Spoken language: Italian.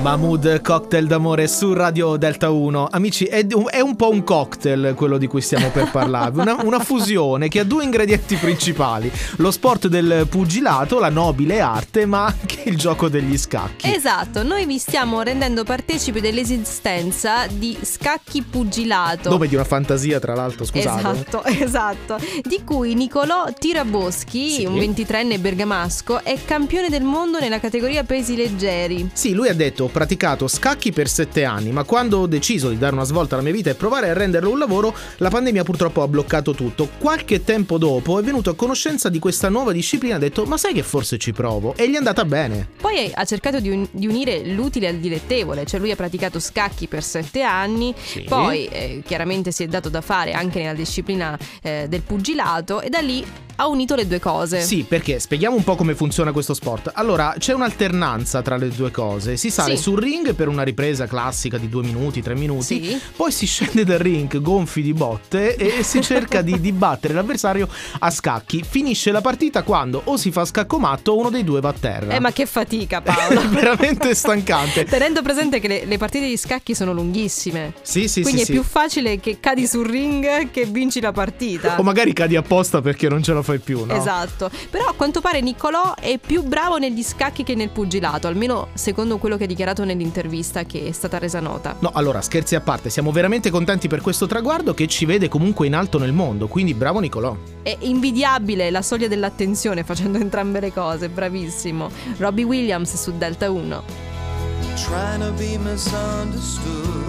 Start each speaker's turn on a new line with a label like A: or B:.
A: Mahmood, Cocktail d'amore su Radio Delta 1. Amici, è un po' un cocktail quello di cui stiamo per parlarvi, una fusione che ha due ingredienti principali: lo sport del pugilato, la nobile arte, ma anche il gioco degli scacchi.
B: Esatto, noi vi stiamo rendendo partecipi dell'esistenza di Scacchi Pugilato.
A: Nome di una fantasia, tra l'altro, scusate.
B: Esatto, di cui Nicolò Tiraboschi,
A: sì,
B: un 23enne bergamasco, è campione del mondo nella categoria pesi leggeri.
A: Sì, lui ha detto: ho praticato scacchi per 7 anni, ma quando ho deciso di dare una svolta alla mia vita e provare a renderlo un lavoro, la pandemia purtroppo ha bloccato tutto. Qualche tempo dopo è venuto a conoscenza di questa nuova disciplina e ha detto: ma sai che forse ci provo? E gli è andata bene.
B: Poi ha cercato di unire l'utile al dilettevole, cioè lui ha praticato scacchi per 7 anni,
A: sì.
B: Poi chiaramente si è dato da fare anche nella disciplina del pugilato e da lì ha unito le due cose.
A: Sì, perché spieghiamo un po' come funziona questo sport. Allora, c'è un'alternanza tra le due cose. Si sale sul ring per una ripresa classica di 2 minuti, 3 minuti, poi si scende dal ring gonfi di botte e si cerca di battere l'avversario a scacchi. Finisce la partita quando o si fa scaccomatto o uno dei due va a terra.
B: Ma che fatica, Paolo.
A: È veramente stancante.
B: Tenendo presente che le partite di scacchi sono lunghissime.
A: Sì,
B: quindi è
A: sì.
B: più facile che cadi sul ring che vinci la partita.
A: O magari cadi apposta perché non ce la fai più, no?
B: Esatto. Però a quanto pare Nicolò è più bravo negli scacchi che nel pugilato, almeno secondo quello che ha dichiarato nell'intervista che è stata resa nota.
A: No, allora, scherzi a parte, siamo veramente contenti per questo traguardo che ci vede comunque in alto nel mondo, quindi bravo Nicolò.
B: È invidiabile la soglia dell'attenzione facendo entrambe le cose, bravissimo. Robbie Williams su Delta 1.
C: Trying to be misunderstood.